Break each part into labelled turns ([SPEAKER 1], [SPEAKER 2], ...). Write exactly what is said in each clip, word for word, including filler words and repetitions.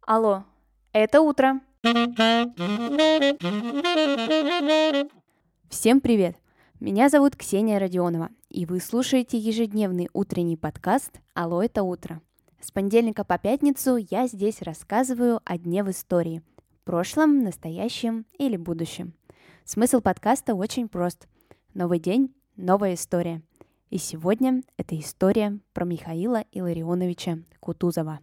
[SPEAKER 1] Алло, это утро. Всем привет! Меня зовут Ксения Родионова, и вы слушаете ежедневный утренний подкаст «Алло, это утро». С понедельника по пятницу я здесь рассказываю о дне в истории – прошлом, настоящем или будущем. Смысл подкаста очень прост. Новый день – новая история. И сегодня это история про Михаила Илларионовича Кутузова.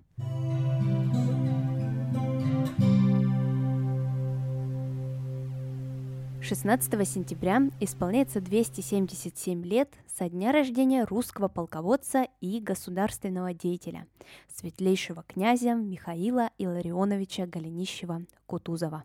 [SPEAKER 1] шестнадцатого сентября исполняется двести семьдесят семь лет со дня рождения русского полководца и государственного деятеля, светлейшего князя Михаила Илларионовича Голенищева-Кутузова.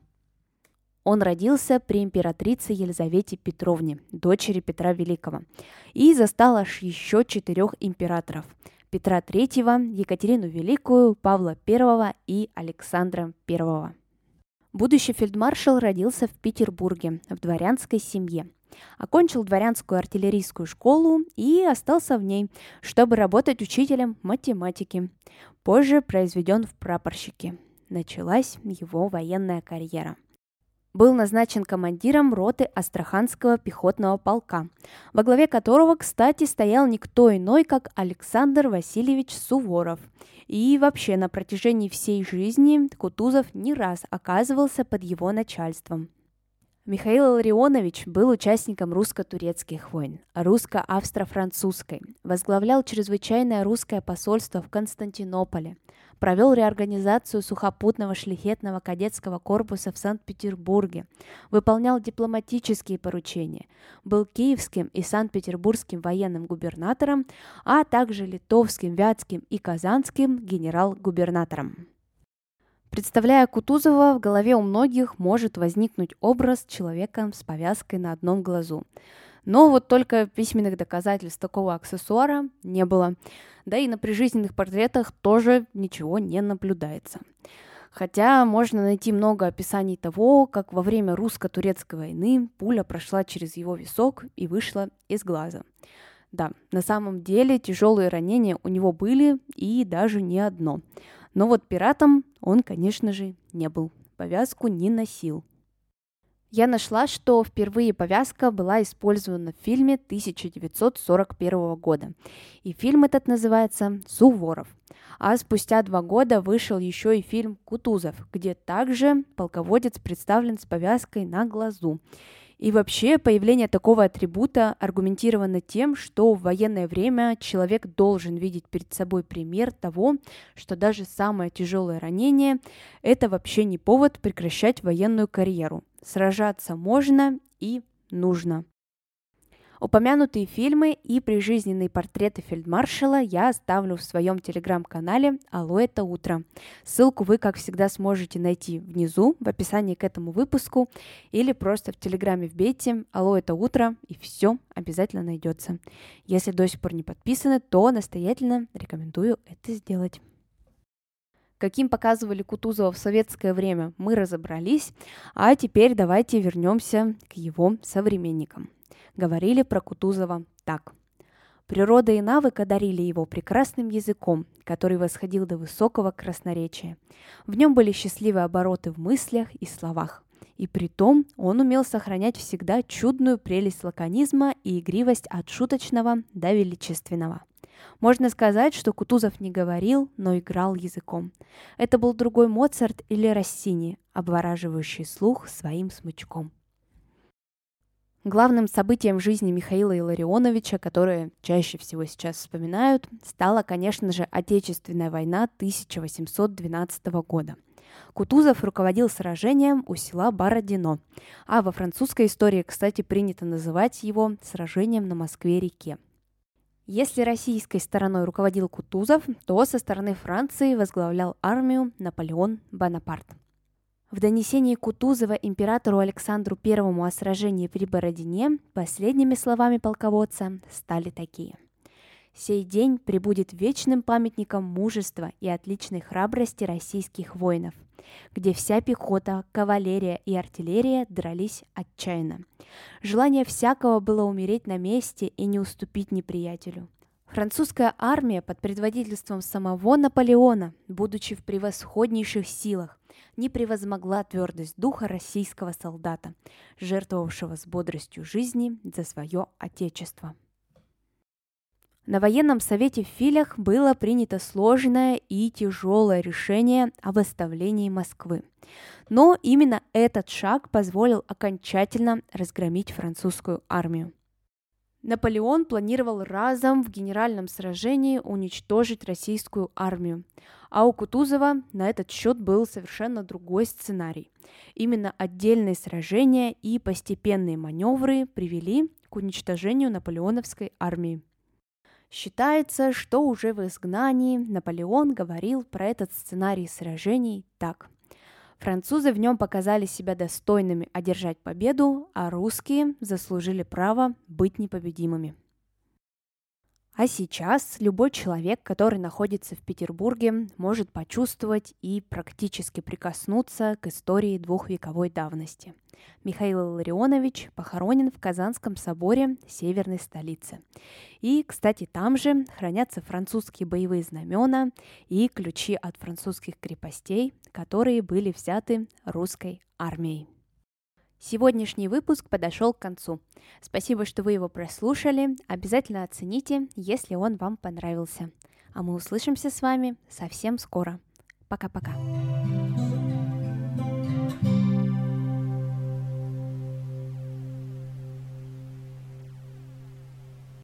[SPEAKER 1] Он родился при императрице Елизавете Петровне, дочери Петра Великого, и застал аж еще четырех императоров – Петра Третьего, Екатерину Великую, Павла Первого и Александра Первого. Будущий фельдмаршал родился в Петербурге в дворянской семье. Окончил дворянскую артиллерийскую школу и остался в ней, чтобы работать учителем математики. Позже произведен в прапорщики. Началась его военная карьера. Был назначен командиром роты Астраханского пехотного полка, во главе которого, кстати, стоял никто иной, как Александр Васильевич Суворов. И вообще на протяжении всей жизни Кутузов не раз оказывался под его начальством. Михаил Илларионович был участником русско-турецких войн, русско-австро-французской, возглавлял чрезвычайное русское посольство в Константинополе, провел реорганизацию сухопутного шляхетного кадетского корпуса в Санкт-Петербурге, выполнял дипломатические поручения, был киевским и санкт-петербургским военным губернатором, а также литовским, вятским и казанским генерал-губернатором. Представляя Кутузова, в голове у многих может возникнуть образ человека с повязкой на одном глазу. Но вот только письменных доказательств такого аксессуара не было. Да и на прижизненных портретах тоже ничего не наблюдается. Хотя можно найти много описаний того, как во время русско-турецкой войны пуля прошла через его висок и вышла из глаза. Да, на самом деле тяжелые ранения у него были, и даже не одно. Но вот пиратом он, конечно же, не был. Повязку не носил. Я нашла, что впервые повязка была использована в фильме тысяча девятьсот сорок первого года. И фильм этот называется «Суворов». А спустя два года вышел еще и фильм «Кутузов», где также полководец представлен с повязкой на глазу. И вообще появление такого атрибута аргументировано тем, что в военное время человек должен видеть перед собой пример того, что даже самое тяжелое ранение – это вообще не повод прекращать военную карьеру. Сражаться можно и нужно. Упомянутые фильмы и прижизненные портреты фельдмаршала я оставлю в своем телеграм-канале «Алло, это утро». Ссылку вы, как всегда, сможете найти внизу, в описании к этому выпуску, или просто в телеграме вбейте «Алло, это утро», и все обязательно найдется. Если до сих пор не подписаны, то настоятельно рекомендую это сделать. Каким показывали Кутузова в советское время, мы разобрались, а теперь давайте вернемся к его современникам. Говорили про Кутузова так. Природа и навык одарили его прекрасным языком, который восходил до высокого красноречия. В нем были счастливые обороты в мыслях и словах. И притом он умел сохранять всегда чудную прелесть лаконизма и игривость от шуточного до величественного. Можно сказать, что Кутузов не говорил, но играл языком. Это был другой Моцарт или Россини, обвораживающий слух своим смычком. Главным событием в жизни Михаила Илларионовича, которое чаще всего сейчас вспоминают, стала, конечно же, Отечественная война тысяча восемьсот двенадцатого года. Кутузов руководил сражением у села Бородино, а во французской истории, кстати, принято называть его сражением на Москве-реке. Если российской стороной руководил Кутузов, то со стороны Франции возглавлял армию Наполеон Бонапарт. В донесении Кутузова императору Александру Первому о сражении при Бородине последними словами полководца стали такие. «Сей день пребудет вечным памятником мужества и отличной храбрости российских воинов, где вся пехота, кавалерия и артиллерия дрались отчаянно. Желание всякого было умереть на месте и не уступить неприятелю. Французская армия под предводительством самого Наполеона, будучи в превосходнейших силах, не превозмогла твердость духа российского солдата, жертвовавшего с бодростью жизни за свое отечество. На военном совете в Филях было принято сложное и тяжелое решение об оставлении Москвы. Но именно этот шаг позволил окончательно разгромить французскую армию. Наполеон планировал разом в генеральном сражении уничтожить российскую армию, а у Кутузова на этот счет был совершенно другой сценарий. Именно отдельные сражения и постепенные маневры привели к уничтожению наполеоновской армии. Считается, что уже в изгнании Наполеон говорил про этот сценарий сражений так. Французы в нем показали себя достойными одержать победу, а русские заслужили право быть непобедимыми. А сейчас любой человек, который находится в Петербурге, может почувствовать и практически прикоснуться к истории двухвековой давности. Михаил Илларионович похоронен в Казанском соборе северной столицы. И, кстати, там же хранятся французские боевые знамена и ключи от французских крепостей, которые были взяты русской армией. Сегодняшний выпуск подошел к концу. Спасибо, что вы его прослушали. Обязательно оцените, если он вам понравился. А мы услышимся с вами совсем скоро. Пока-пока.